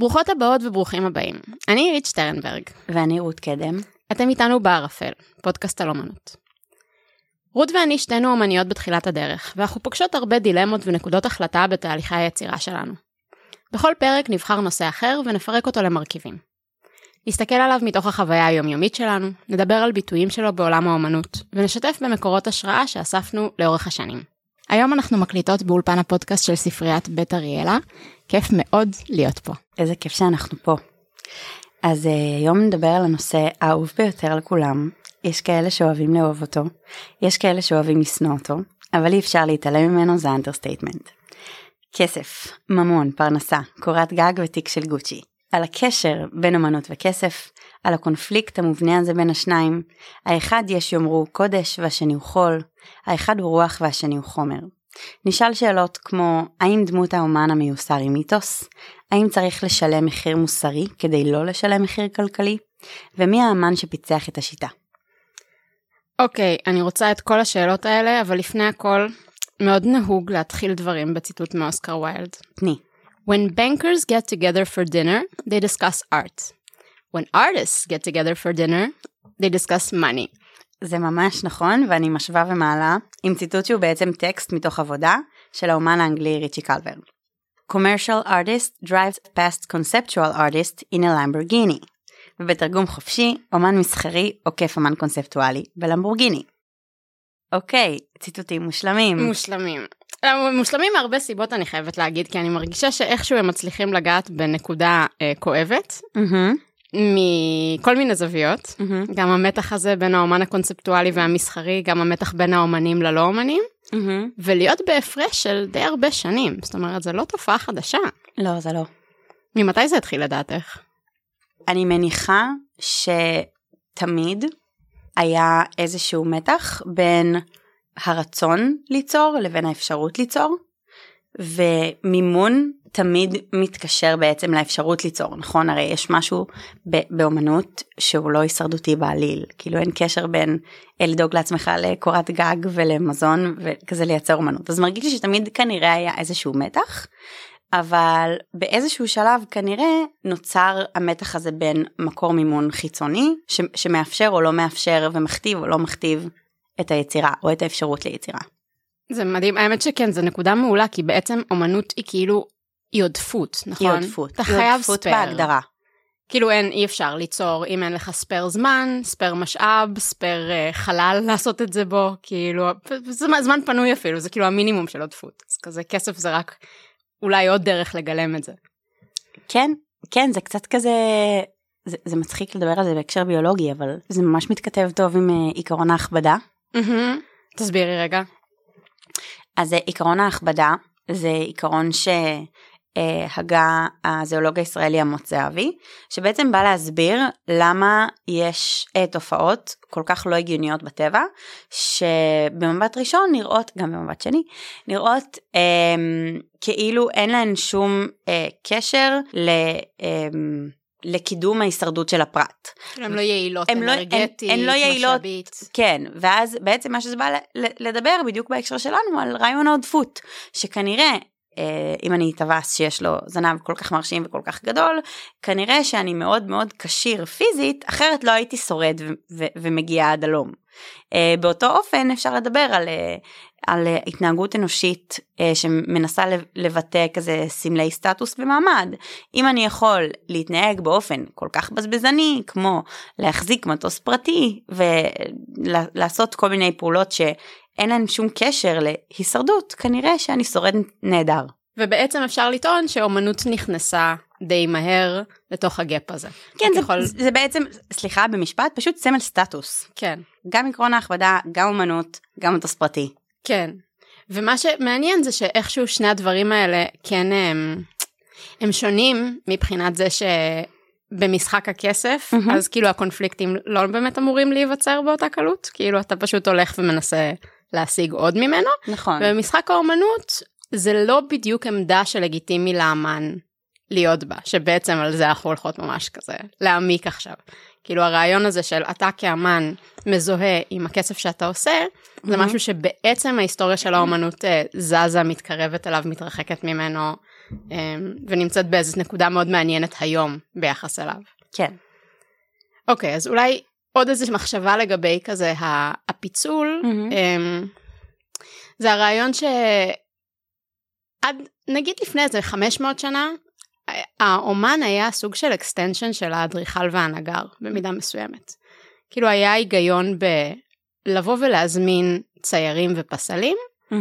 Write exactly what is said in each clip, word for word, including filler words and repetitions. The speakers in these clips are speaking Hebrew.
ברוכות הבאות וברוכים הבאים. אני עירית שטרנברג. ואני רות קדם. אתם איתנו בערפל, פודקאסט על אומנות. רות ואני שתינו אומניות בתחילת הדרך, ואנחנו פוגשות הרבה דילמות ונקודות החלטה בתהליכי היצירה שלנו. בכל פרק נבחר נושא אחר ונפרק אותו למרכיבים. נסתכל עליו מתוך החוויה היומיומית שלנו, נדבר על ביטויים שלו בעולם האומנות, ונשתף במקורות השראה שאספנו לאורך השנים. היום אנחנו מקליטות באולפן הפודקאסט של ספריית בית אריאלה. כיף מאוד להיות פה. איזה כיף שאנחנו פה. אז היום נדבר על הנושא האהוב ביותר לכולם. יש כאלה שאוהבים לאהוב אותו, יש כאלה שאוהבים לשנוא אותו, אבל אי אפשר להתעלם ממנו, זה אנדרסטייטמנט. כסף, ממון, פרנסה, קורת גג ותיק של גוצ'י. על הקשר בין אמנות וכסף, על הקונפליקט המובנה הזה בין השניים. האחד יש יאמרו קודש והשני הוא חול, האחד הוא רוח והשני הוא חומר. נשאל שאלות כמו, האם דמות האומן המיוסר היא מיתוס? האם צריך לשלם מחיר מוסרי כדי לא לשלם מחיר כלכלי? ומי האמן שפיצח את השיטה? אוקיי, okay, אני רוצה את כל השאלות האלה, אבל לפני הכל, מאוד נהוג להתחיל דברים בציטוט מאוסקר ויילד. תני. When bankers get together for dinner, they discuss art. When artists get together for dinner, they discuss money. זה ממש נכון, ואני משווה ומעלה עם ציטוט שהוא בעצם טקסט מתוך עבודה של האומן האנגלי ריצ'י קלבר. Commercial artist drives past conceptual artist in a Lamborghini. ובתרגום חופשי, אומן מסחרי עוקף אמן קונספטואלי בלמבורגיני. אוקיי, ציטוטים מושלמים. מושלמים. מושלמים מהרבה סיבות אני חייבת להגיד, כי אני מרגישה שאיכשהו הם מצליחים לגעת בנקודה אה, כואבת, mm-hmm. מכל מיני זוויות, mm-hmm. גם המתח הזה בין האומן הקונספטואלי והמסחרי, גם המתח בין האומנים ללא אומנים, mm-hmm. ולהיות בהפרש של די הרבה שנים, זאת אומרת, זה לא תופעה חדשה. לא, זה לא. ממתי זה התחיל לדעתך? אני מניחה שתמיד היה איזשהו מתח בין הרצון ליצור לבין האפשרות ליצור, ומימון תמיד מתקשר בעצם לאפשרות ליצור, נכון? הרי יש משהו באומנות שהוא לא הישרדותי בעליל, כאילו אין קשר בין לדאוג לעצמך לקורת גג ולמזון וכזה לייצר אומנות, אז מרגיש לי שתמיד כנראה היה איזשהו מתח, אבל באיזשהו שלב כנראה נוצר המתח הזה בין מקור מימון חיצוני, ש- שמאפשר או לא מאפשר ומכתיב או לא מכתיב את היצירה או את האפשרות ליצירה. זה מדהים, האמת שכן, זה נקודה מעולה, כי בעצם אומנות היא כאילו, היא עודפות, נכון? היא עודפות, אתה היא חייב עודפות ספר. בהגדרה. כאילו אין, אי אפשר ליצור, אם אין לך ספר זמן, ספר משאב, ספר uh, חלל לעשות את זה בו, כאילו, זה זמן פנוי אפילו, זה כאילו המינימום של עודפות. אז כזה כסף זה רק אולי עוד דרך לגלם את זה. כן, כן, זה קצת כזה, זה, זה מצחיק לדבר על זה בהקשר ביולוגי, אבל זה ממש מתכתב טוב עם uh, עיקרון ההכבדה. Mm-hmm. תסבירי רגע. אז עיקרון ההכבדה זה עיקרון שהגה הזואולוג הישראלי עמוס זהבי, שבעצם בא להסביר למה יש תופעות כל כך לא הגיוניות בטבע, שבמבט ראשון נראות, גם במבט שני, נראות אה, כאילו אין להן שום אה, קשר ל... אה, לקידום ההישרדות של הפרט. הן לא יעילות, הן אנרגטית, הן לא יעילות, משאבית. כן, ואז בעצם מה שזה בא לדבר בדיוק בהקשר שלנו על רעיון העודפות, שכנראה, אם אני אתבס שיש לו זנב כל כך מרשים וכל כך גדול, כנראה שאני מאוד מאוד קשיר פיזית, אחרת לא הייתי שורד ומגיעה עד הלום. באותו אופן אפשר לדבר על, על התנהגות אנושית שמנסה לבטא כזה סמלי סטטוס ומעמד. אם אני יכול להתנהג באופן כל כך בזבזני, כמו להחזיק מטוס פרטי ולעשות כל מיני פעולות שאין להן שום קשר להישרדות, כנראה שאני שורד נהדר. ובעצם אפשר לטעון שאומנות נכנסה די מהר לתוך הגאפ הזה. כן, זה, יכול... זה בעצם, סליחה, במשפט, פשוט סמל סטטוס. כן. גם עקרון ההכבדה, גם אומנות, גם מטוס פרטי. כן. ומה שמעניין זה שאיכשהו שני הדברים האלה כן הם, הם שונים מבחינת זה שבמשחק הכסף, mm-hmm. אז כאילו הקונפליקטים לא באמת אמורים להיווצר באותה קלות, כאילו אתה פשוט הולך ומנסה להשיג עוד ממנו. נכון. ובמשחק האומנות זה לא בדיוק עמדה שלגיטימי לאמן להיות בה, שבעצם על זה אנחנו הולכות ממש כזה, להעמיק עכשיו. כאילו הרעיון הזה של אתה כאמן מזוהה עם הכסף שאתה עושה, mm-hmm. זה משהו שבעצם ההיסטוריה של האומנות זזה, מתקרבת אליו, מתרחקת ממנו, ונמצאת באיזו נקודה מאוד מעניינת היום ביחס אליו. כן. אוקיי, אז אולי עוד איזו מחשבה לגבי כזה הפיצול, זה הרעיון שעד, נגיד לפני איזה חמש מאות שנה, האומן היה סוג של אקסטנשן של האדריכל והנגר, במידה מסוימת. כאילו היה היגיון בלבוא ולהזמין ציירים ופסלים,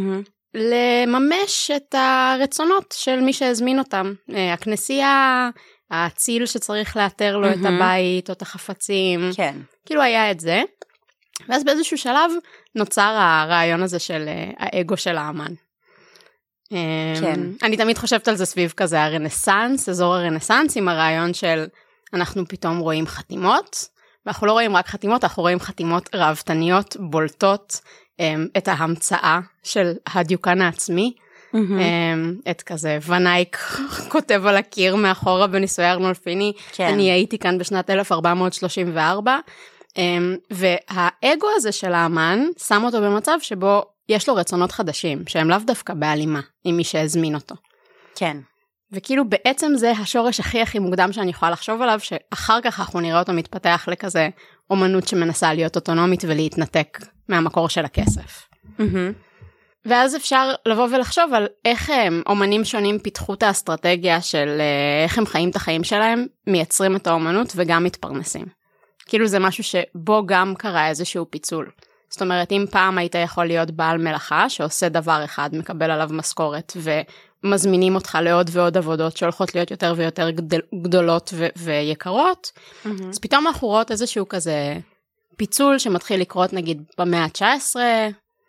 לממש את הרצונות של מי שהזמין אותם. הכנסייה, הציל שצריך לאתר לו את הבית, או את החפצים. כן. כאילו היה את זה. ואז באיזשהו שלב נוצר הרעיון הזה של האגו של האמן. כן. אני תמיד חושבת על זה סביב כזה הרנסנס, אזור הרנסנס, עם הרעיון של אנחנו פתאום רואים חתימות, ואנחנו לא רואים רק חתימות, אנחנו רואים חתימות ראוותניות, בולטות, את ההמצאה של הדיוקן העצמי, את כזה ונייק כותב על הקיר מאחורה בניסוי ארנולפיני, אני הייתי כאן בשנת אלף ארבע מאות שלושים וארבע, והאגו הזה של האמן שם אותו במצב שבו יש לו רצונות חדשים, שהם לאו דווקא בהלימה עם מי שהזמין אותו. כן. וכאילו בעצם זה השורש הכי הכי מוקדם שאני יכולה לחשוב עליו, שאחר כך אנחנו נראה אותו מתפתח לכזה אומנות שמנסה להיות אוטונומית ולהתנתק מהמקור של הכסף. ואז אפשר לבוא ולחשוב על איך הם, אומנים שונים פיתחו את האסטרטגיה של איך הם חיים את החיים שלהם, מייצרים את האומנות וגם מתפרנסים. כאילו זה משהו שבו גם קרה איזשהו פיצול. זאת אומרת, אם פעם היית יכול להיות בעל מלאכה שעושה דבר אחד, מקבל עליו משכורת, ומזמינים אותך לעוד ועוד עבודות שהולכות להיות יותר ויותר גדל, גדולות ו- ויקרות, mm-hmm. אז פתאום אנחנו רואות איזשהו כזה פיצול שמתחיל לקרות נגיד במאה ה-תשע עשרה.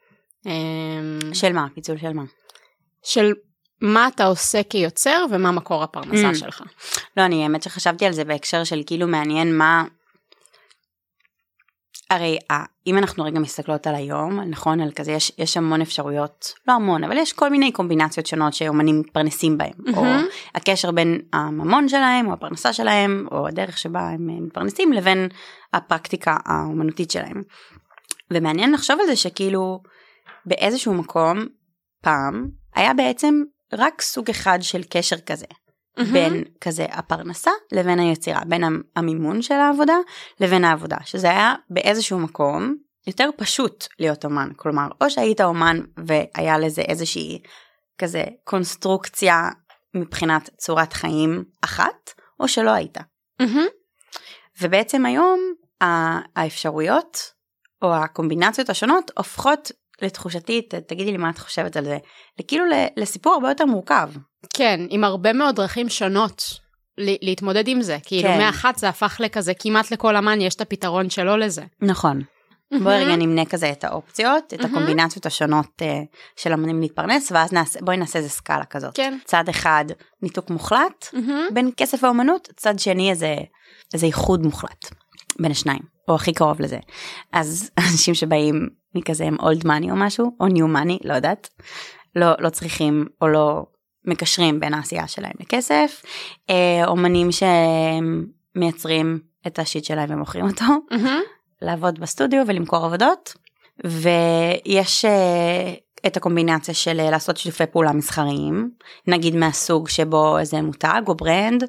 של מה? פיצול של מה? של מה אתה עושה כיוצר ומה מקור הפרנסה mm. שלך. לא, אני האמת שחשבתי על זה בהקשר של כאילו מעניין מה... הרי אם אנחנו רגע מסתכלות על היום, נכון, על כזה, יש, יש המון אפשרויות, לא המון, אבל יש כל מיני קומבינציות שונות שאומנים מתפרנסים בהם, mm-hmm. או הקשר בין הממון שלהם, או הפרנסה שלהם, או הדרך שבה הם מתפרנסים, לבין הפרקטיקה האומנותית שלהם. ומעניין לחשוב על זה שכאילו, באיזשהו מקום, פעם, היה בעצם רק סוג אחד של קשר כזה. Mm-hmm. בין כזה הפרנסה לבין היצירה, בין המימון של העבודה לבין העבודה, שזה היה באיזשהו מקום יותר פשוט להיות אומן, כלומר, או שהיית אומן והיה לזה איזושהי כזה קונסטרוקציה מבחינת צורת חיים אחת, או שלא היית. Mm-hmm. ובעצם היום האפשרויות או הקומבינציות השונות הופכות לתחושתי, תגידי לי מה את חושבת על זה, כאילו לסיפור הרבה יותר מורכב. כן, עם הרבה מאוד דרכים שונות להתמודד עם זה, כאילו כן. מאחת זה הפך לכזה, כמעט לכל אמן יש את הפתרון שלו לזה. נכון. Mm-hmm. בואי רגע נמנה כזה את האופציות, את mm-hmm. הקומבינציות השונות uh, של אמנים להתפרנס, ואז נעשה, בואי נעשה איזה סקאלה כזאת. כן. צד אחד ניתוק מוחלט, mm-hmm. בין כסף ואומנות, צד שני איזה, איזה איחוד מוחלט, בין השניים, או הכי קרוב לזה. אז אנשים שבאים מכזה הם old money או משהו, או new money, לא יודעת, לא, לא צריכים או לא מקשרים בין העשייה שלהם לכסף, אומנים שמייצרים את השיט שלהם ומוכרים אותו, mm-hmm. לעבוד בסטודיו ולמכור עבודות, ויש את הקומבינציה של לעשות שיתופי פעולה מסחריים, נגיד מהסוג שבו איזה מותג או ברנד,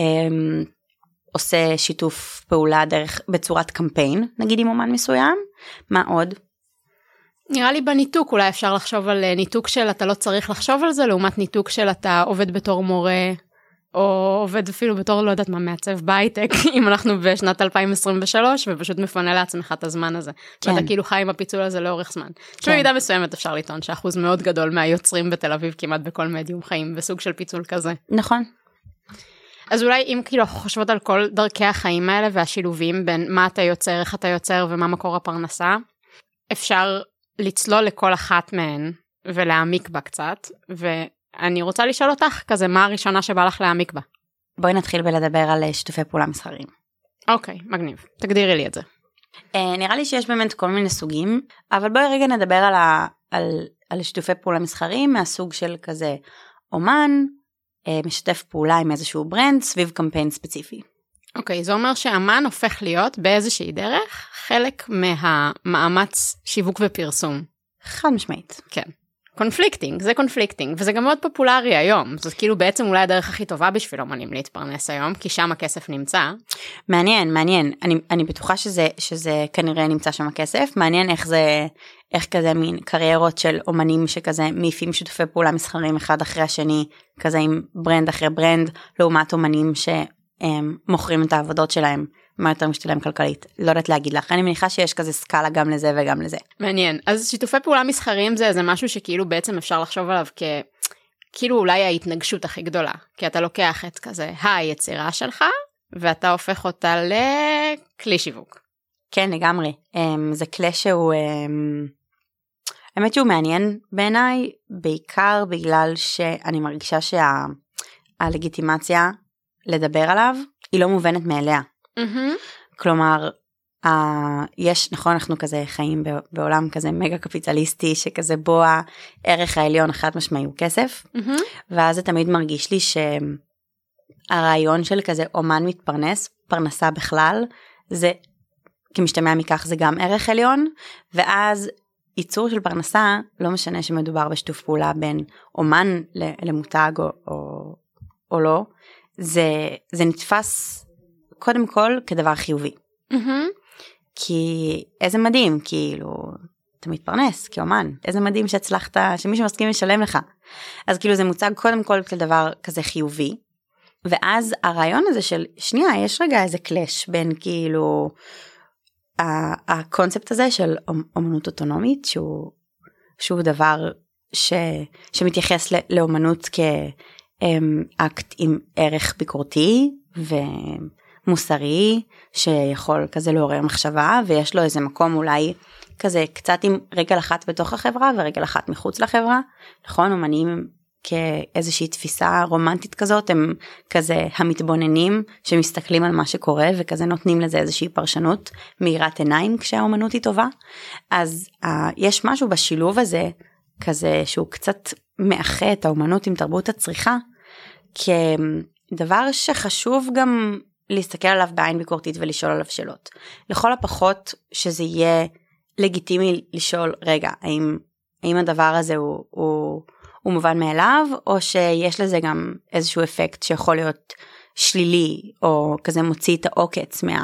עושה שיתוף פעולה דרך, בצורת קמפיין, נגיד עם אומן מסוים, מה עוד? נראה לי בניתוק, אולי אפשר לחשוב על ניתוק של אתה לא צריך לחשוב על זה, לעומת ניתוק של אתה עובד בתור מורה, או עובד אפילו בתור, לא יודעת מה, מעצב בהייטק, אם אנחנו בשנת אלפיים עשרים ושלוש, ופשוט מפנה לעצמך את הזמן הזה. כן. ואתה כאילו חי עם הפיצול הזה לאורך זמן. כן. במידה מסוימת אפשר לטעון שאחוז מאוד גדול מהיוצרים בתל אביב, כמעט בכל מדיום חיים, בסוג של פיצול כזה. נכון. אז אולי אם כאילו חושבות על כל דרכי החיים האלה, והשילובים בין מה אתה יוצר, איך אתה יוצר, ומה מקור הפרנסה, אפשר לצלול לכל אחת מהן, ולהעמיק בה קצת, ואני רוצה לשאול אותך כזה, מה הראשונה שבא לך להעמיק בה? בואי נתחיל בלדבר על שיתופי פעולה מסחריים. אוקיי, מגניב. תגדירי לי את זה. נראה לי שיש באמת כל מיני סוגים, אבל בואי רגע נדבר על, ה, על, על שיתופי פעולה מסחריים, מהסוג של כזה אומן, משתף פעולה עם איזשהו ברנד, סביב קמפיין ספציפי. אוקיי, זה אומר שאמן הופך להיות באיזושהי דרך, חלק מהמאמץ שיווק ופרסום. חד משמעית. כן. קונפליקטינג, זה קונפליקטינג, וזה גם מאוד פופולרי היום, זאת כאילו בעצם אולי הדרך הכי טובה בשביל אומנים להתפרנס היום, כי שם הכסף נמצא. מעניין, מעניין, אני, אני בטוחה שזה, שזה כנראה נמצא שם הכסף, מעניין איך זה, איך כזה מין קריירות של אומנים שכזה מעיפים שיתופי פעולה מסחרים אחד אחרי השני, כזה עם ברנד אחרי ברנד, לעומת אומנים שמוכרים את העבודות שלהם, מה יותר משתלם כלכלית, לא יודעת להגיד לך, אני מניחה שיש כזה סקאלה גם לזה וגם לזה. מעניין, אז שיתופי פעולה מסחריים זה, זה משהו שכאילו בעצם אפשר לחשוב עליו כ... כאילו אולי ההתנגשות הכי גדולה, כי אתה לוקח את כזה היצירה שלך, ואתה הופך אותה לכלי שיווק. כן, לגמרי, זה כלי שהוא, האמת שהוא מעניין בעיניי, בעיקר בגלל שאני מרגישה שהלגיטימציה לדבר עליו, היא לא מובנת מאליה. Mm-hmm. כלומר, uh, יש, נכון, אנחנו כזה חיים בעולם כזה מגה קפיטליסטי, שכזה בו הערך העליון החד משמעי הוא כסף, mm-hmm. ואז זה תמיד מרגיש לי שהרעיון של כזה אומן מתפרנס, פרנסה בכלל, זה, כמשתמע מכך זה גם ערך עליון, ואז ייצור של פרנסה, לא משנה שמדובר בשיתוף פעולה בין אומן למותג או, או, או לא, זה, זה נתפס קודם כל כדבר חיובי. Mm-hmm. כי איזה מדהים, כאילו, אתה מתפרנס כאומן, איזה מדהים שהצלחת, שמישהו מסכים לשלם לך. אז כאילו זה מוצג קודם כל כדבר כזה חיובי, ואז הרעיון הזה של, שנייה, יש רגע איזה קלש בין כאילו, הקונספט הזה של אומנות אוטונומית, שהוא, שהוא דבר ש, שמתייחס לאומנות כאקט עם ערך ביקורתי, ו... מוסרי, שיכול כזה לעורר מחשבה, ויש לו איזה מקום אולי כזה קצת עם רגל אחת בתוך החברה, ורגל אחת מחוץ לחברה, נכון? אומנים כאיזושהי תפיסה רומנטית כזאת, הם כזה המתבוננים שמסתכלים על מה שקורה, וכזה נותנים לזה איזושהי פרשנות, מאירת עיניים כשהאומנות היא טובה, אז uh, יש משהו בשילוב הזה, כזה שהוא קצת מאחה את האומנות עם תרבות הצריכה, כדבר שחשוב גם להסתכל עליו בעין ביקורתית ולשאול עליו שאלות. לכל הפחות שזה יהיה לגיטימי לשאול, רגע, האם, האם הדבר הזה הוא, הוא, הוא מובן מאליו, או שיש לזה גם איזשהו אפקט שיכול להיות שלילי, או כזה מוציא את העוקץ מה,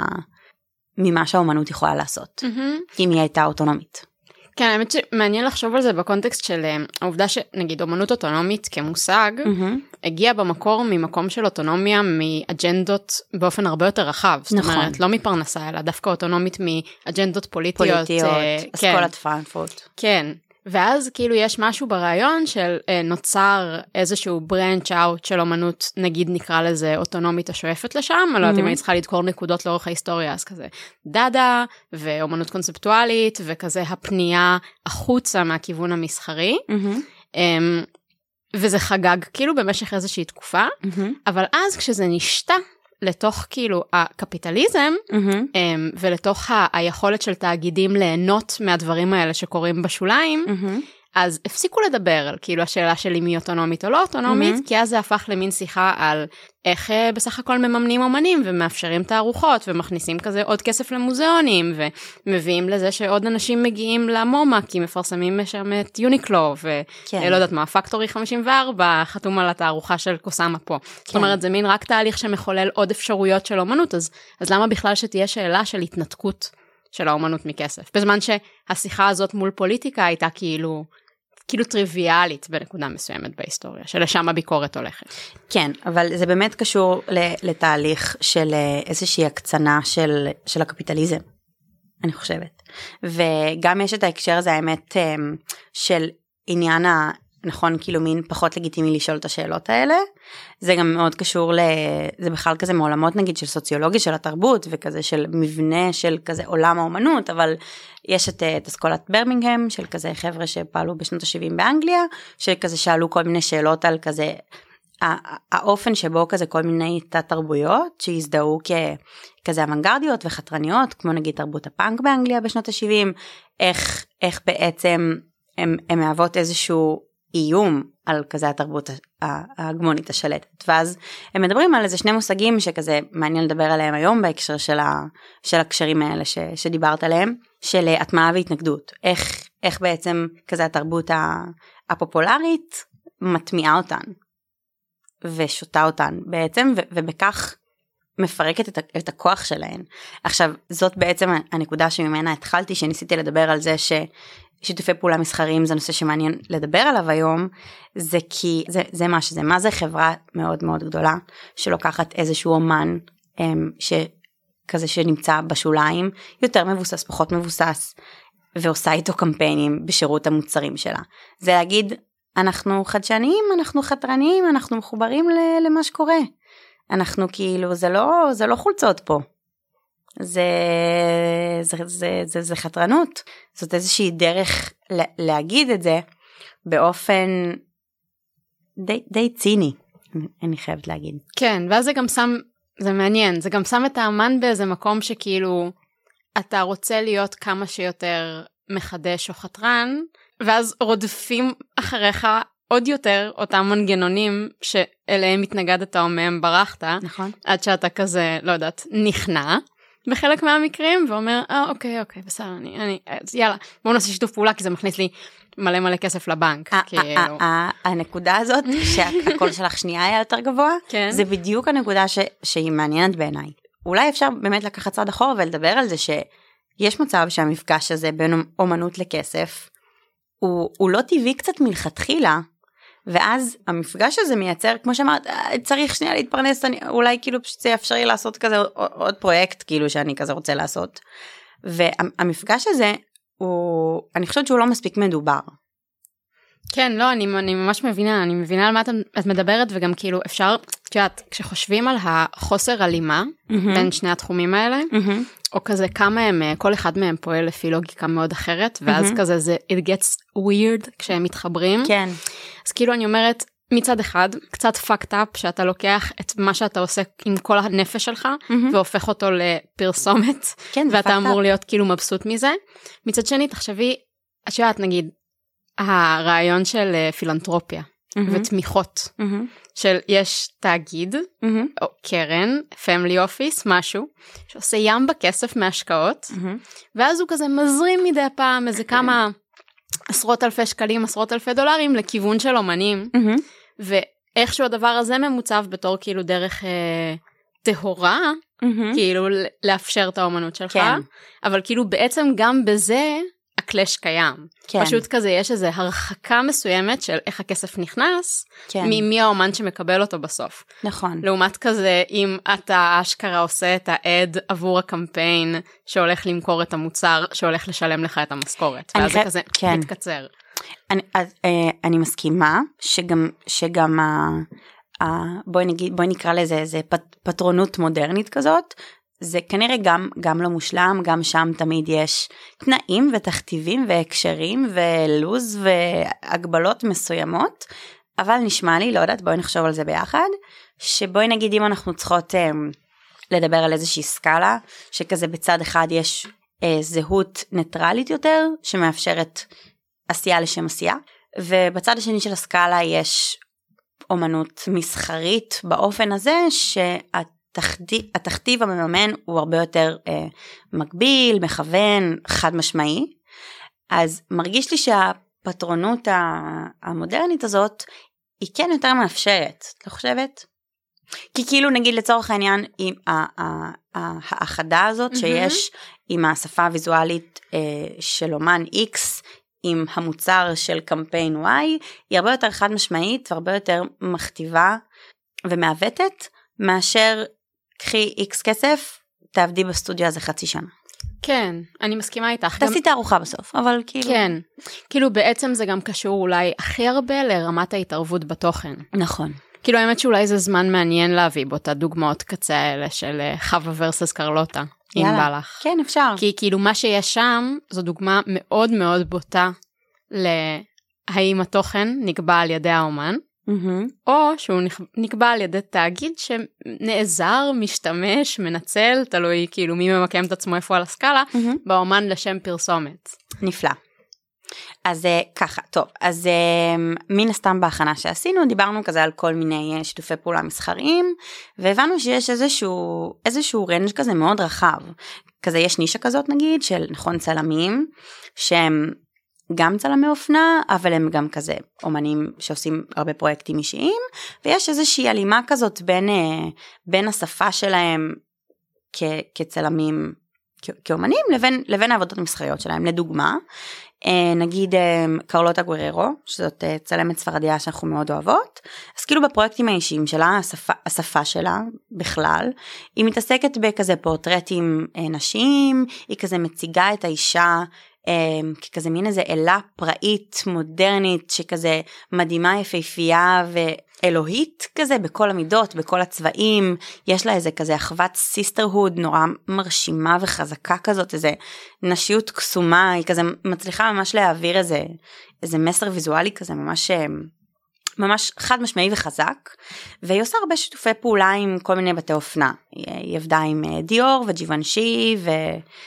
ממה שהאומנות יכולה לעשות, mm-hmm. אם היא הייתה אוטונומית. כן, האמת שמעניין לחשוב על זה בקונטקסט של העובדה שנגיד אומנות אוטונומית כמושג, mm-hmm. הגיעה במקור ממקום של אוטונומיה מאג'נדות באופן הרבה יותר רחב. זאת נכון. אומרת, לא מפרנסה, אלא דווקא אוטונומית מאג'נדות פוליטיות. פוליטיות, אה, אסכולת פרנקפורט. כן. ואז כאילו יש משהו ברעיון של אה, נוצר איזשהו ברנץ' אאוט של אומנות, נגיד נקרא לזה אוטונומית השואפת לשם, אני לא יודעת אם אני צריכה לדקור נקודות לאורך ההיסטוריה, אז כזה דאדה ואומנות קונספטואלית, וכזה הפנייה החוצה מהכיוון המסחרי, אה, וזה חגג כאילו במשך איזושהי תקופה, אבל אז כשזה נשתה, לתוך כאילו הקפיטליזם, mm-hmm. ולתוך ה- היכולת של תאגידים ליהנות מהדברים האלה שקורים בשוליים, mm-hmm. אז הפסיקו לדבר על כאילו השאלה של אם היא אוטונומית או לא אוטונומית, mm-hmm. כי אז זה הפך למין שיחה על איך בסך הכל מממנים אומנים ומאפשרים תערוכות ומכניסים כזה עוד כסף למוזיאונים ומביאים לזה שעוד אנשים מגיעים למומה כי מפרסמים שם את יוניקלו ולא יודעת מה, פקטורי חמישים וארבע חתום על התערוכה של קוסאמה פה. כן. זאת אומרת זה מין רק תהליך שמחולל עוד אפשרויות של אומנות, אז, אז למה בכלל שתהיה שאלה של התנתקות של האומנות מכסף? בזמן שהשיחה הזאת מול פוליטיקה הייתה כאילו... כאילו טריוויאלית בנקודה מסוימת בהיסטוריה, שלשם הביקורת הולכת. כן, אבל זה באמת קשור לתהליך של איזושהי הקצנה של, של הקפיטליזם, אני חושבת. וגם יש את ההקשר הזה, האמת, של עניין ה... נכון, כאילו מין פחות לגיטימי לשאול את השאלות האלה, זה גם מאוד קשור ל... זה בכלל כזה מעולמות נגיד של סוציולוגיה של התרבות, וכזה של מבנה של כזה עולם האומנות, אבל יש את, את אסכולת ברמינגהם, של כזה חבר'ה שפעלו בשנות ה-שבעים באנגליה, שכזה שאלו כל מיני שאלות על כזה, האופן שבו כזה כל מיני תת-תרבויות, שהזדהו ככזה אוונגרדיות וחתרניות, כמו נגיד תרבות הפאנק באנגליה בשנות ה-שבעים, איך, איך בעצם הם, הם מהוות איזשהו איום על כזה התרבות ההגמונית השלטת, ואז הם מדברים על איזה שני מושגים שכזה מעניין לדבר עליהם היום בהקשר של, ה, של הקשרים האלה ש, שדיברת עליהם, של הטמעה והתנגדות, איך, איך בעצם כזה התרבות הפופולרית מטמיעה אותן, ושותה אותן בעצם, ו- ובכך מפרקת את, ה- את הכוח שלהן. עכשיו, זאת בעצם הנקודה שממנה התחלתי, שניסיתי לדבר על זה ששיתופי פעולה מסחריים זה נושא שמעניין לדבר עליו היום, זה כי, זה, זה מה שזה, מה זה חברה מאוד מאוד גדולה, שלוקחת איזשהו אומן, שכזה שנמצא בשוליים, יותר מבוסס, פחות מבוסס, ועושה איתו קמפיינים בשירות המוצרים שלה. זה להגיד, אנחנו חדשניים, אנחנו חתרניים, אנחנו מחוברים למה שקורה. אנחנו כאילו, זה לא, זה לא חולצות פה. זה, זה, זה, זה, זה חתרנות. זאת איזושהי דרך להגיד את זה באופן די, די ציני, אני חייבת להגיד. כן, ואז זה גם שם, זה מעניין, זה גם שם את האמן באיזה מקום שכאילו, אתה רוצה להיות כמה שיותר מחדש או חתרן, ואז רודפים אחריך עוד יותר אותם מנגנונים שאליהם התנגדת או מהם ברחת, נכון. עד שאתה כזה, לא יודעת, נכנע בחלק מהמקרים, ואומר, אה, אוקיי, אוקיי, בסדר, אני, אני, אז יאללה, בואו נעשה שיתוף פעולה, כי זה מכניס לי מלא מלא כסף לבנק. כאילו. הנקודה הזאת, שהקול שלך שנייה היה יותר גבוה, זה בדיוק הנקודה שהיא מעניינת בעיניי. אולי אפשר באמת לקחת צעד אחורה ולדבר על זה שיש מצב שהמפגש הזה בין אומנות לכסף, הוא, הוא לא טבעי קצת מלכתחילה, ואז המפגש הזה מייצר, כמו שאמרת, צריך שנייה להתפרנס, אני, אולי כאילו פשוט זה יאפשר לי לעשות כזה עוד פרויקט, כאילו שאני כזה רוצה לעשות. והמפגש הזה, הוא, אני חושבת שהוא לא מספיק מדובר. כן, לא, אני, אני ממש מבינה, אני מבינה על מה את, את מדברת, וגם כאילו אפשר, תשעת, כשחושבים על החוסר הלימה, mm-hmm. בין שני התחומים האלה, mm-hmm. או כזה כמה הם, כל אחד מהם פועל לפי לוגיקה מאוד אחרת, ואז mm-hmm. כזה זה, it gets weird כשהם מתחברים. כן. אז כאילו אני אומרת, מצד אחד, קצת fucked up, שאתה לוקח את מה שאתה עושה עם כל הנפש שלך, mm-hmm. והופך אותו לפרסומת, כן, ואתה אמור להיות כאילו מבסוט מזה. מצד שני, תחשבי, שאת נגיד, הרעיון של פילנטרופיה mm-hmm. ותמיכות mm-hmm. של יש תאגיד mm-hmm. או קרן, פמילי אופיס, משהו שעושה ים בכסף מהשקעות mm-hmm. ואז הוא כזה מזרים מדי פעם איזה כמה עשרות אלפי שקלים, עשרות אלפי דולרים לכיוון של אומנים mm-hmm. ואיכשהו הדבר הזה ממוצב בתור כאילו דרך אה, טהורה mm-hmm. כאילו לאפשר את האומנות שלך כן. אבל כאילו בעצם גם בזה הקלש קיים. כן. פשוט כזה יש איזו הרחקה מסוימת של איך הכסף נכנס, כן. ממי האומן שמקבל אותו בסוף. נכון. לעומת כזה, אם אתה אשכרה עושה את העד עבור הקמפיין, שהולך למכור את המוצר, שהולך לשלם לך את המשכורת. ואז זה כזה כן. מתקצר. אני, אז, אה, אני מסכימה, שגם, שגם ה, ה, בואי נגיד, בואי נקרא לזה איזה פט, פטרונות מודרנית כזאת, זה כנראה גם, גם לא מושלם, גם שם תמיד יש תנאים ותכתיבים והקשרים ולוז והגבלות מסוימות, אבל נשמע לי, לא יודעת, בואי נחשוב על זה ביחד, שבואי נגיד אם אנחנו צריכות אה, לדבר על איזושהי סקאלה, שכזה בצד אחד יש אה, זהות ניטרלית יותר, שמאפשרת עשייה לשם עשייה, ובצד השני של הסקאלה יש אומנות מסחרית באופן הזה, שאת התכתיב המממן הוא הרבה יותר אה, מקביל, מכוון, חד משמעי, אז מרגיש לי שהפטרונות המודרנית הזאת, היא כן יותר מאפשרת, את לא חושבת? כי כאילו נגיד לצורך העניין, עם האחדה הזאת mm-hmm. שיש, עם השפה הוויזואלית אה, של אומן X, עם המוצר של קמפיין Y, היא הרבה יותר חד משמעית, והרבה יותר מכתיבה ומעוותת, מאשר קחי איקס כסף, תעבדי בסטודיו הזה חצי שנה. כן, אני מסכימה איתך. תעשי את הארוחה בסוף, אבל כאילו... כן, כאילו בעצם זה גם קשור אולי הכי הרבה לרמת ההתערבות בתוכן. נכון. כאילו האמת שאולי זה זמן מעניין להביא בו את הדוגמאות קצה האלה של חווה ורסס קרלוטה, אם בא לך. כן, אפשר. כי כאילו מה שיש שם, זו דוגמה מאוד מאוד בוטה להאם התוכן נקבע על ידי האומן, Mm-hmm. או שהוא נקבע על ידי תאגיד שנעזר, משתמש, מנצל, תלוי כאילו מי ממקם את עצמו איפה על הסקאלה, mm-hmm. באומן לשם פרסומת. נפלא. אז ככה, טוב, אז מן הסתם בהכנה שעשינו, דיברנו כזה על כל מיני שיתופי פעולה מסחריים, והבנו שיש איזשהו, איזשהו רנג' כזה מאוד רחב. כזה יש נישה כזאת נגיד, של נכון צלמים, שהם גם צלמי אופנה, אבל הם גם כזה אומנים שעושים הרבה פרויקטים אישיים, ויש איזושהי הלימה כזאת בין, בין השפה שלהם כ, כצלמים, כ, כאומנים, לבין, לבין העבודות המסחריות שלהם. לדוגמה, נגיד קרלוטה גוררו, שזאת צלמת ספרדיה שאנחנו מאוד אוהבות, אז כאילו בפרויקטים האישיים שלה, השפה, השפה שלה בכלל, היא מתעסקת בכזה פורטרטים נשיים, היא כזה מציגה את האישה, ככזה מין איזה אלה פראית מודרנית שכזה מדהימה יפהפייה ואלוהית כזה בכל המידות, בכל הצבעים, יש לה איזה כזה אחוות סיסטרהוד נורא מרשימה וחזקה כזאת, איזה נשיות קסומה, היא כזה מצליחה ממש להעביר איזה, איזה מסר ויזואלי כזה ממש, ממש חד משמעי וחזק, והיא עושה הרבה שיתופי פעולה עם כל מיני בתי אופנה, היא עבדה עם דיור וג'יוונשי ו...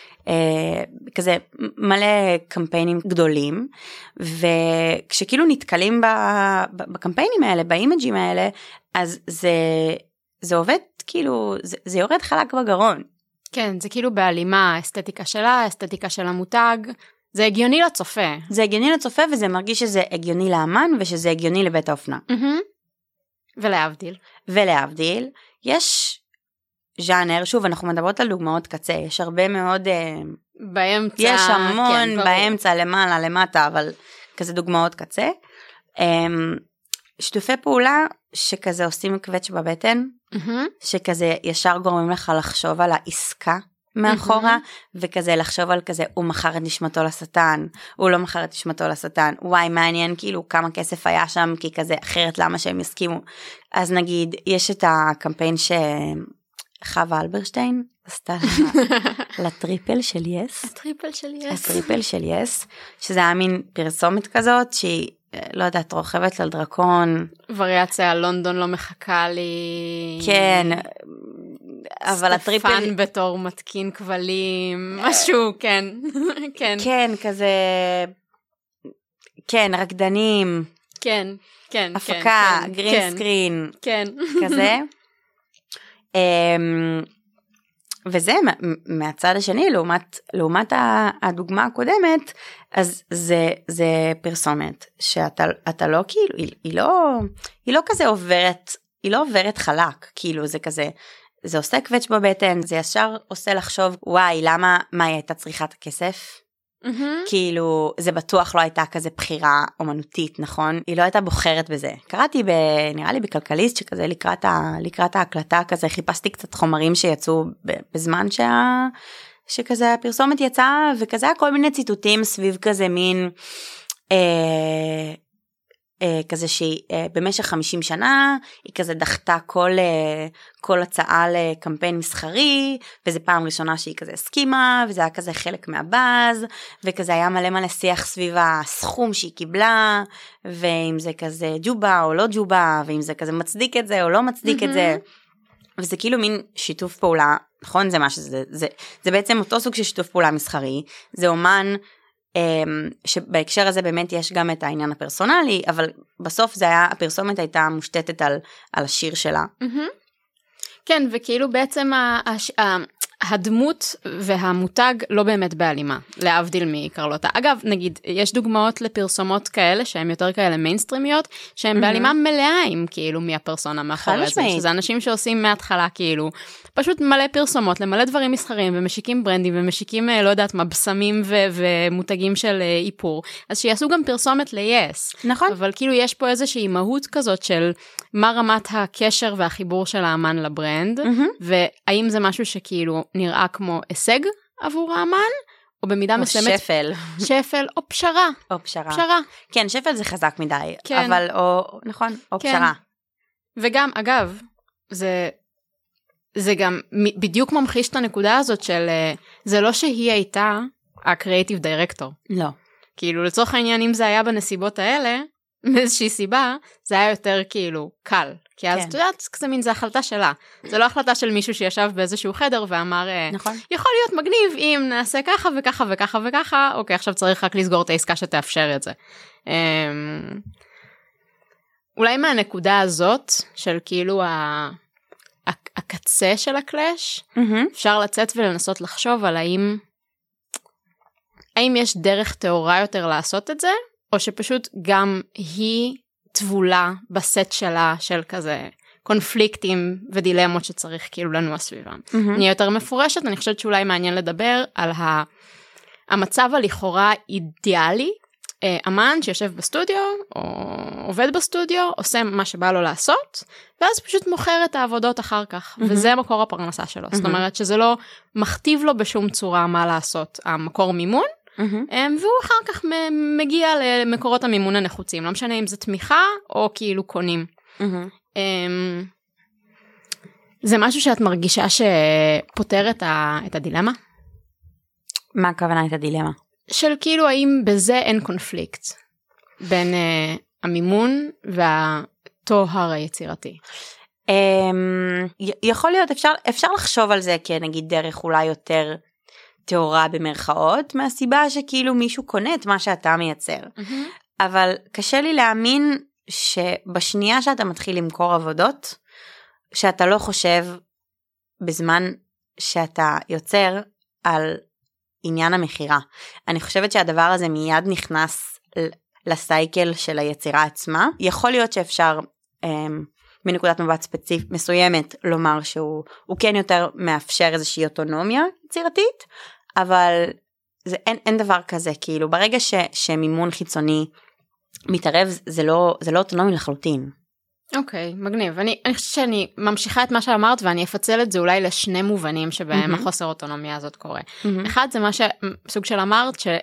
כזה מלא קמפיינים גדולים, וכשכאילו נתקלים בקמפיינים האלה, באימג'ים האלה, אז זה, זה עובד כאילו, זה, זה יורד חלק בגרון. כן, זה כאילו בהלימה, האסתטיקה שלה, האסתטיקה של המותג, זה הגיוני לצופה. זה הגיוני לצופה, וזה מרגיש שזה הגיוני לאמן, ושזה הגיוני לבית האופנה. ולהבדיל. ולהבדיל, יש... ז'אנר, שוב, אנחנו מדברות על דוגמאות קצה, יש הרבה מאוד, באמצע, יש המון כן, באמצע, למעלה, למטה, אבל כזה דוגמאות קצה. שתופי פעולה שכזה עושים קווץ' בבטן, mm-hmm. שכזה ישר גורמים לך לחשוב על העסקה מאחורה, mm-hmm. וכזה לחשוב על כזה, הוא מכר את נשמתו לשטן, הוא לא מכר את נשמתו לשטן, וואי, מעניין כאילו כמה כסף היה שם, כי כזה אחרת למה שהם יסכימו. אז נגיד, יש את הקמפיין ש... חווה אלברשטיין עשתה לטריפל של יס. הטריפל של יס. הטריפל של יס, שזה היה מין פרסומת כזאת, שהיא, לא יודעת, רוכבת על דרקון. וריאציה על לונדון לא מחכה לי. כן, אבל הטריפל... סטפן בתור מתקין כבלים, משהו, כן. כן. כן, כזה... כן, רקדנים. כן, כן. הפקה, גרין סקרין. כן. כזה. וזה מהצד השני, לעומת, לעומת הדוגמה הקודמת, אז זה, זה פרסומת, שאתה, אתה לא כאילו, היא, היא לא, היא לא כזה עוברת, היא לא עוברת חלק, כאילו זה כזה, זה עושה קווץ' בבטן, זה ישר עושה לחשוב, וואי, למה, מה היא הייתה צריכה את הכסף? Mm-hmm. כאילו זה בטוח לא הייתה כזה בחירה אומנותית, נכון? היא לא הייתה בוחרת בזה. קראתי ב, נראה לי בכלכליסט שכזה לקראת, ה, לקראת ההקלטה כזה חיפשתי קצת חומרים שיצאו בזמן שה, שכזה הפרסומת יצאה, וכזה היה כל מיני ציטוטים סביב כזה מין אה, אה, כזה שהיא אה, במשך חמישים שנה היא כזה דחתה כל, אה, כל הצעה לקמפיין מסחרי, וזה פעם ראשונה שהיא כזה הסכימה, וזה היה כזה חלק מהבאז, וכזה היה מלא מלא שיח סביב הסכום שהיא קיבלה, ואם זה כזה ג'ובה או לא ג'ובה, ואם זה כזה מצדיק את זה או לא מצדיק mm-hmm. את זה, וזה כאילו מין שיתוף פעולה, נכון? זה מה שזה, זה, זה, זה בעצם אותו סוג של שיתוף פעולה מסחרי, זה אומן, שבהקשר הזה באמת יש גם את העניין הפרסונלי, אבל בסוף זה היה, הפרסומת הייתה מושתתת על, על השיר שלה. כן, וכאילו בעצם הדמות והמותג לא באמת בהלימה, להבדיל מקרלוטה. אגב, נגיד, יש דוגמאות לפרסומות כאלה, שהן יותר כאלה מיינסטרימיות, שהן בהלימה מלאה עם כאילו מי הפרסונה מאחורי זה, שזה אנשים שעושים מההתחלה כאילו, פשוט מלא פרסומות, למלא דברים מסחריים, ומשיקים ברנדים, ומשיקים, לא יודעת מה, בשמים ו- ומותגים של איפור, אז שיעשו גם פרסומת ל-yes. נכון. אבל כאילו יש פה איזושהי מהות כזאת של מה רמת הקשר והחיבור של האמן לברנד, mm-hmm. והאם זה משהו שכאילו נראה כמו הישג עבור האמן, או במידה או מסוימת... שפל. שפל, או פשרה. או פשרה. פשרה. כן, שפל זה חזק מדי, כן. אבל או, נכון, או כן. פשרה. וגם, אגב, זה... זה גם בדיוק ממחיש את הנקודה הזאת של, זה לא שהיא הייתה הקריאיטיב דירקטור. לא. כאילו, לצורך העניין, אם זה היה בנסיבות האלה, מאיזושהי סיבה, זה היה יותר כאילו קל. כי אז, כן. את יודעת, זה מין, זה החלטה שלה. זה לא החלטה של מישהו שישב באיזשהו חדר ואמר, נכון. יכול להיות מגניב אם נעשה ככה וככה וככה וככה, אוקיי, עכשיו צריך רק לסגור את העסקה שתאפשר את זה. אולי מהנקודה הזאת, של כאילו ה... הקצה של הקלאש, mm-hmm. אפשר לצאת ולנסות לחשוב על האם, האם יש דרך תאורה יותר לעשות את זה, או שפשוט גם היא תבולה בסט שלה של כזה קונפליקטים ודילמות שצריך כאילו לנוע סביבם. Mm-hmm. אני יותר מפורשת, אני חושבת שאולי מעניין לדבר על ה... המצב הלכאורה אידיאלי, אמן שיושב בסטודיו, או עובד בסטודיו, עושה מה שבא לו לעשות, ואז פשוט מוכר את העבודות אחר כך, mm-hmm. וזה מקור הפרנסה שלו. Mm-hmm. זאת אומרת שזה לא מכתיב לו בשום צורה מה לעשות, המקור מימון, mm-hmm. והוא אחר כך מגיע למקורות המימון הנחוצים, לא משנה אם זה תמיכה, או כאילו קונים. Mm-hmm. זה משהו שאת מרגישה שפותר את, ה... את הדילמה? מה הכוונה את הדילמה? של כאילו האם בזה אין קונפליקט בין uh, המימון והטוהר היצירתי. Um, יכול להיות, אפשר, אפשר לחשוב על זה כנגיד דרך אולי יותר תאורה במרכאות, מהסיבה שכאילו מישהו קונה את מה שאתה מייצר. Mm-hmm. אבל קשה לי להאמין שבשנייה שאתה מתחיל למכור עבודות, שאתה לא חושב בזמן שאתה יוצר על עניין המחירה. אני חושבת שהדבר הזה מיד נכנס לסייקל של היצירה עצמה. יכול להיות שאפשר מנקודת מבט ספציפית מסוימת לומר שהוא כן יותר מאפשר איזושהי אוטונומיה יצירתית, אבל זה, אין, אין דבר כזה. כאילו ברגע ש, שמימון חיצוני מתערב, זה לא, זה לא אוטונומי לחלוטין. אוקיי, okay, מגניב. אני, אני חושבת שאני ממשיכה את מה שאמרת, ואני אפצל את זה אולי לשני מובנים שבהם mm-hmm. החוסר אוטונומיה הזאת קורה. Mm-hmm. אחד זה מה ש... סוג של אמרת, שה...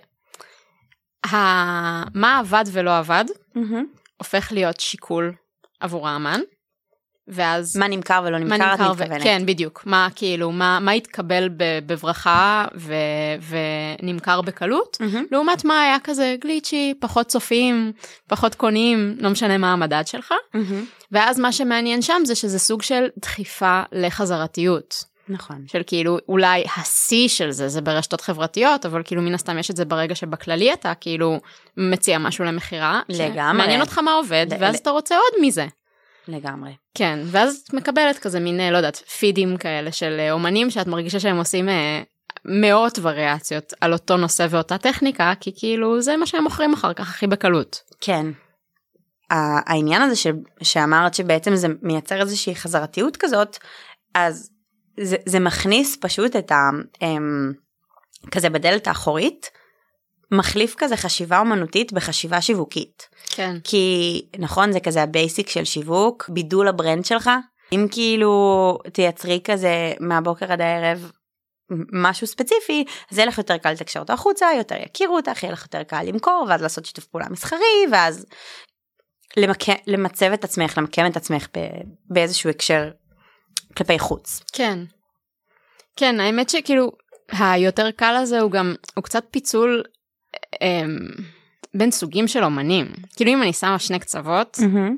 מה עבד ולא עבד, mm-hmm. הופך להיות שיקול עבור האמן, ואז... מה נמכר ולא נמכר, נמכר את ו... מתכוונת. כן, בדיוק. מה, כאילו, מה, מה התקבל בברכה ו... ונמכר בקלות, mm-hmm. לעומת מה היה כזה גליצ'י, פחות צופים, פחות קונים, לא משנה מה המדד שלך. Mm-hmm. ואז מה שמעניין שם זה שזה סוג של דחיפה לחזרתיות. נכון. של כאילו, אולי השיא של זה, זה ברשתות חברתיות, אבל כאילו מן הסתם יש את זה ברגע שבכללי אתה כאילו מציע משהו למחירה. לגמרי. מעניין אותך מה עובד, ל- ואז ל- אתה רוצה עוד מזה. לגמרי. כן, ואז את מקבלת כזה מין, לא יודעת, פידים כאלה של אומנים, שאת מרגישה שהם עושים אה, מאות וריאציות על אותו נושא ואותה טכניקה, כי כאילו זה מה שהם מוכרים אחר כך הכי בקלות. כן. העניין הזה ש, שאמרת שבעצם זה מייצר איזושהי חזרתיות כזאת, אז זה, זה מכניס פשוט את ה... הם, כזה בדלת האחורית, מחליף כזה חשיבה אומנותית בחשיבה שיווקית. כן. כי נכון, זה כזה הבייסיק של שיווק, בידול הברנד שלך. אם כאילו תייצרי כזה מהבוקר עד הערב משהו ספציפי, אז יהיה לך יותר קל לתקשר אותו החוצה, יותר יכירו אותך, יהיה לך יותר קל למכור, ואז לעשות שיתוף פעולה מסחרי, ואז למק... למצב את עצמך, למקם את עצמך ב... באיזשהו הקשר כלפי חוץ. כן. כן, האמת שכאילו, היותר קל הזה הוא גם, הוא קצת פיצול אמ, בין סוגים של אומנים. כאילו אם אני שמה שני קצוות, mm-hmm.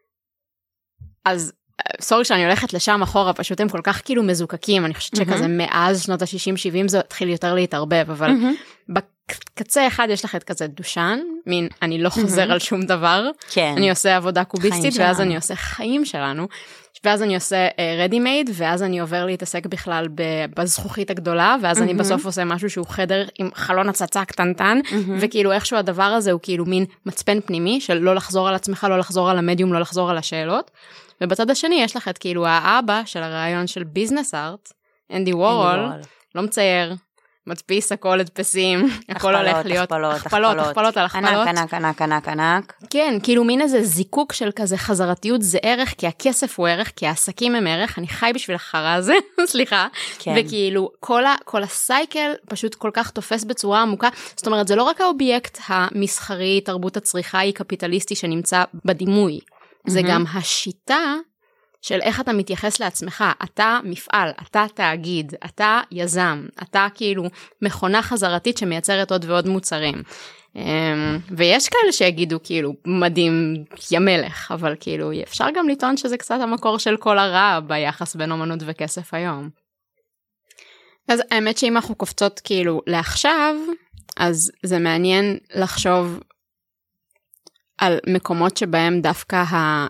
אז סורי שאני הולכת לשם אחורה, פשוט הם כל כך כאילו מזוקקים, אני חושבת mm-hmm. שכזה מאז שנות ה-שישים שבעים זה התחיל יותר להתערבב, אבל mm-hmm. בקצה אחד יש לך את כזה דושן, מין אני לא חוזר mm-hmm. על שום דבר, כן. אני עושה עבודה קוביסטית, ואז שלנו. אני עושה חיים שלנו, ואז אני עושה רדי מייד, ואז אני עובר להתעסק בכלל בזכוכית הגדולה, ואז mm-hmm. אני בסוף עושה משהו שהוא חדר עם חלון הצצה קטנטן, mm-hmm. וכאילו איכשהו הדבר הזה הוא כאילו מין מצפן פנימי, של לא לחזור על עצמך, לא לחזור על המדיום, לא לחזור על השאלות, ובצד השני יש לך את כאילו האבא של הרעיון של ביזנס ארט, אנדי וורול, לא מצייר, מדפיס הכל הדפסים, הכל הולך להיות הכפלות, הכפלות על הכפלות. ענק, ענק, ענק, ענק, ענק. כן, כאילו מין איזה זיקוק של כזה חזרתיות זה ערך, כי הכסף הוא ערך, כי העסקים הם ערך, אני חי בשביל החרה הזה, סליחה. וכאילו כל, ה, כל הסייקל פשוט כל כך תופס בצורה עמוקה, זאת אומרת זה לא רק האובייקט המסחרי, תרבות הצריכה היא קפיטליסטי שנמצא בדימוי, זה גם השיטה של איך אתה מתייחס לעצמך, אתה מפעל, אתה תאגיד, אתה יזם, אתה כאילו מכונה חזרתית שמייצרת עוד ועוד מוצרים. ויש כאלה שיגידו כאילו מדהים ימלך, אבל כאילו אפשר גם לטעון שזה קצת המקור של כל הרע ביחס בין אומנות וכסף היום. אז האמת שאם אנחנו קופצות כאילו לעכשיו, אז זה מעניין לחשוב על מקומות שבהם דווקא ה...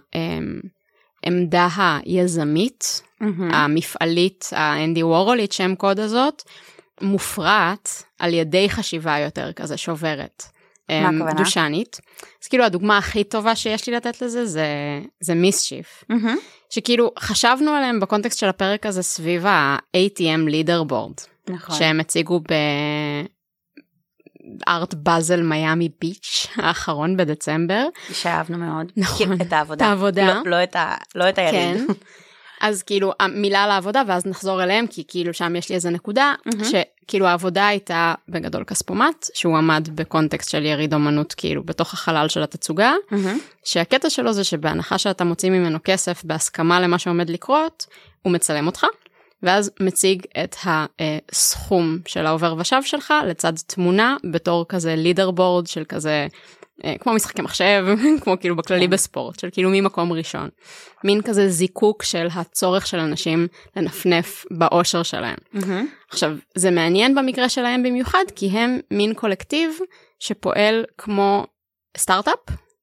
עמדה היזמית, mm-hmm. המפעלית, האנדי וורולית, שם קוד הזאת, מופרט על ידי חשיבה יותר כזה שוברת. מה הכוונה? דושנית. אז כאילו הדוגמה הכי טובה שיש לי לתת לזה זה, זה מיסשיף. Mm-hmm. שכאילו חשבנו עליהם בקונטקסט של הפרק הזה סביב ה-איי טי אם Leaderboard. נכון. שהם הציגו בארט באזל מיאמי ביץ' האחרון בדצמבר. שאהבנו מאוד. נכון. את העבודה. את העבודה. לא, לא את ה, לא את היריד. כן. אז כאילו המילה על העבודה, ואז נחזור אליהם, כי כאילו שם יש לי איזה נקודה, mm-hmm. שכאילו העבודה הייתה בגדול כספומט, שהוא עמד בקונטקסט של יריד אומנות, כאילו בתוך החלל של התצוגה, mm-hmm. שהקטע שלו זה שבהנחה שאתה מוציא ממנו כסף, בהסכמה למה שעומד לקרות, הוא מצלם אותך, ואז מציג את הסכום של העובר ושב שלך, לצד תמונה, בתור כזה לידרבורד של כזה, כמו משחקי מחשב, כמו כאילו בכללי בספורט, של כאילו ממקום ראשון. מין כזה זיקוק של הצורך של אנשים לנפנף באושר שלהם. עכשיו, זה מעניין במקרה שלהם במיוחד, כי הם מין קולקטיב שפועל כמו סטארט-אפ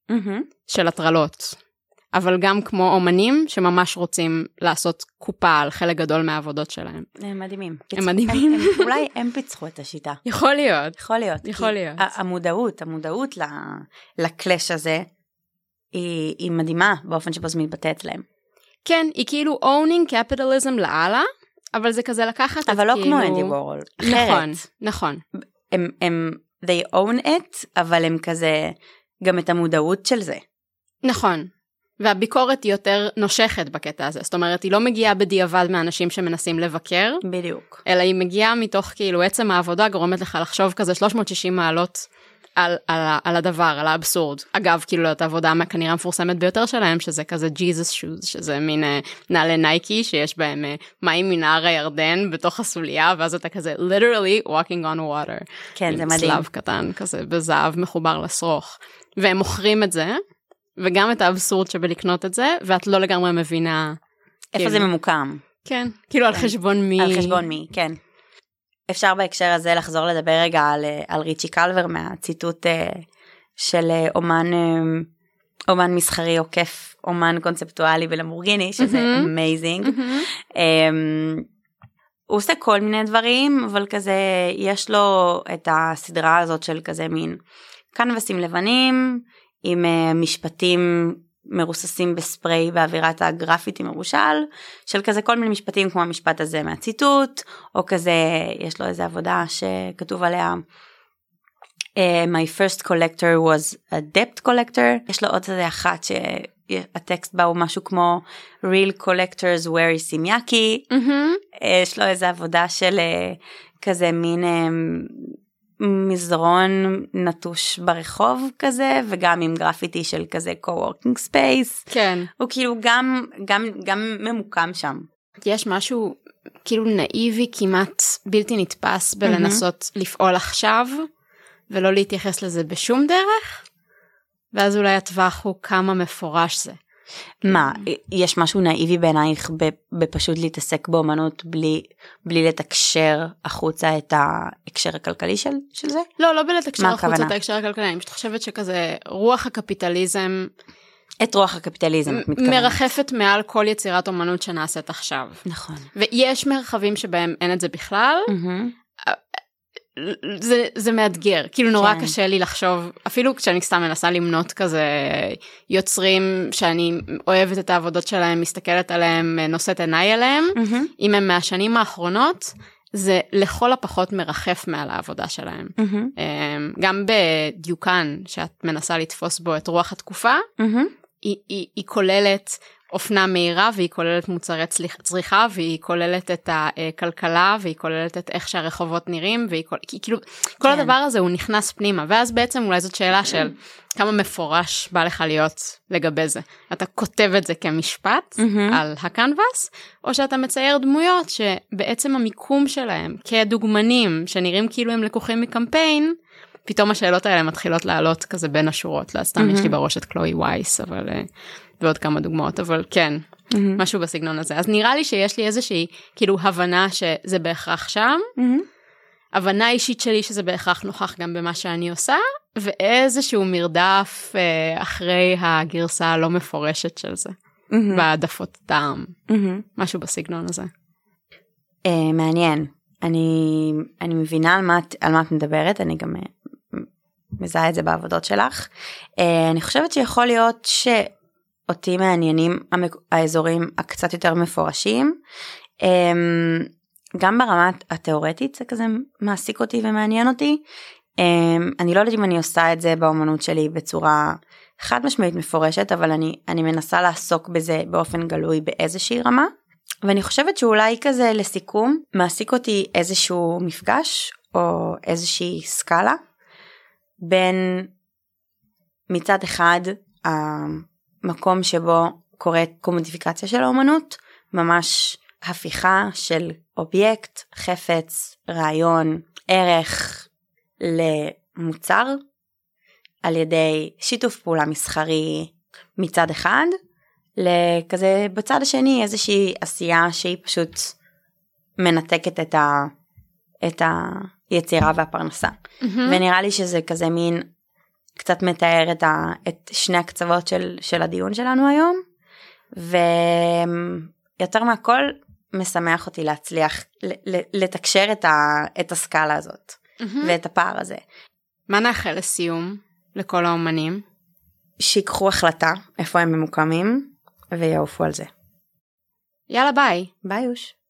של הטרלות. אבל גם כמו אומנים שממש רוצים לעשות קופה על חלק גדול מהעבודות שלהם. הם מדהימים. הם מדהימים. אולי הם פיצחו את השיטה. יכול להיות. יכול להיות. יכול להיות. המודעות, המודעות לקלאש הזה, היא מדהימה באופן שבו זה מתבטאת להם. כן, היא כאילו owning capitalism לעלה, אבל זה כזה לקחת... אבל לא כמו אנדי וורול. נכון, נכון. הם, they own it, אבל הם כזה, גם את המודעות של זה. נכון. והביקורת היא יותר נושכת בקטע הזה, זאת אומרת, היא לא מגיעה בדיעבד מאנשים שמנסים לבקר, בדיוק. אלא היא מגיעה מתוך כאילו עצם העבודה, גורמת לך לחשוב כזה שלוש מאות ושישים מעלות על, על, על הדבר, על האבסורד. אגב, כאילו, את העבודה כנראה המפורסמת ביותר שלהם, שזה כזה Jesus shoes, שזה מין נעלי נייקי, שיש בהם מים מנהר הירדן בתוך הסוליה, ואז אתה כזה literally walking on water. כן, זה מדהים. צלב קטן כזה, בזהב מחובר לשרוך. והם מוכרים את זה, וגם את האבסורד שבלקנות את זה, ואת לא לגמרי מבינה... איפה כאילו, זה ממוקם. כן, כאילו כן. על חשבון מי... על חשבון מי, כן. אפשר בהקשר הזה לחזור לדבר רגע על, על ריצ'י קלבר, מהציטוט של אומן, אומן מסחרי עוקף, אומן קונספטואלי ולמורגיני, שזה amazing. Mm-hmm. Um, הוא עושה כל מיני דברים, אבל כזה, יש לו את הסדרה הזאת של כזה מין קנבסים לבנים, עם uh, משפטים מרוססים בספרי באווירת הגרפיטי מרושל, של כזה כל מיני משפטים כמו המשפט הזה מהציטוט, או כזה, יש לו איזו עבודה שכתוב עליה, uh, my first collector was a debt collector, יש לו עוד איזה אחת שהטקסט בה הוא משהו כמו real collectors wear סימיאקי, mm-hmm. יש לו איזו עבודה של uh, כזה מין... Um, מזרון נטוש ברחוב כזה, וגם עם גרפיטי של כזה co-working space. כן. הוא כאילו גם, גם, גם ממוקם שם. יש משהו כאילו נאיבי כמעט בלתי נתפס בלנסות mm-hmm. לפעול עכשיו, ולא להתייחס לזה בשום דרך, ואז אולי הטווח הוא כמה מפורש זה. מה, יש משהו נאיבי בעינייך בפשוט להתעסק באומנות בלי, בלי לתקשר החוצה את ההקשר הכלכלי של, של זה? לא, לא בלתקשר החוצה את ההקשר הכלכלי, אני חושבת שכזה רוח הקפיטליזם, את רוח הקפיטליזם, את מתכוונת. מרחפת מעל כל יצירת אומנות שנעשית עכשיו. נכון. ויש מרחבים שבהם אין את זה בכלל, זה, זה מאתגר, כאילו נורא קשה לי לחשוב, אפילו כשאני סתם מנסה למנות כזה יוצרים שאני אוהבת את העבודות שלהם, מסתכלת עליהם, נושאת עיניי עליהם, אם הם מהשנים האחרונות, זה לכל הפחות מרחף מעל העבודה שלהם. גם בדיוקן, שאת מנסה לתפוס בו את רוח התקופה, היא, היא, היא כוללת אופנה מהירה, והיא כוללת מוצרי צריכה, והיא כוללת את הכלכלה, והיא כוללת את איך שהרחובות נראים, והיא כל, כאילו, כל כן. הדבר הזה הוא נכנס פנימה, ואז בעצם אולי זאת שאלה של כמה מפורש בא לך להיות לגבי זה. אתה כותב את זה כמשפט mm-hmm. על הקנבס, או שאתה מצייר דמויות שבעצם המיקום שלהם, כדוגמנים, שנראים כאילו הם לקוחים מקמפיין, פתאום השאלות האלה מתחילות לעלות כזה בין השורות, לא סתם mm-hmm. יש לי בראש את קלוי וייס, אבל... ועוד כמה דוגמאות, אבל כן, mm-hmm. משהו בסגנון הזה. אז נראה לי שיש לי איזושהי, כאילו, הבנה שזה בהכרח שם, mm-hmm. הבנה אישית שלי שזה בהכרח נוכח גם במה שאני עושה, ואיזשהו מרדף אה, אחרי הגרסה הלא מפורשת של זה, mm-hmm. בעדפות טעם, mm-hmm. משהו בסגנון הזה. Uh, מעניין. אני, אני מבינה על מה, על מה את מדברת, אני גם מזהה את זה בעבודות שלך. אני חושבת שיכול להיות שאותי מעניינים האזורים הקצת יותר מפורשים, גם ברמת התיאורטית זה כזה מעסיק אותי ומעניין אותי. אני לא יודעת אם אני עושה את זה באומנות שלי בצורה חד משמעית מפורשת, אבל אני, אני מנסה לעסוק בזה באופן גלוי באיזושהי רמה. ואני חושבת שאולי כזה לסיכום, מעסיק אותי איזשהו מפגש או איזושהי סקאלה, בין מצד אחד המקום שבו קורית קומודיפיקציה של האומנות, ממש הפיכה של אובייקט, חפץ, רעיון, ערך למוצר, על ידי שיתוף פעולה מסחרי מצד אחד, לכזה בצד השני איזושהי עשייה שהיא פשוט מנתקת את, ה, את היצירה והפרנסה. Mm-hmm. ונראה לי שזה כזה מין קצת מתאר את, ה, את שני הקצוות של, של הדיון שלנו היום, ויותר מהכל משמח אותי להצליח לתקשר את, ה, את הסקאלה הזאת, mm-hmm. ואת הפער הזה. מה נאחל לסיום לכל האומנים? שיקחו החלטה איפה הם ממוקמים, ויעופו על זה. יאללה ביי. ביי יוש.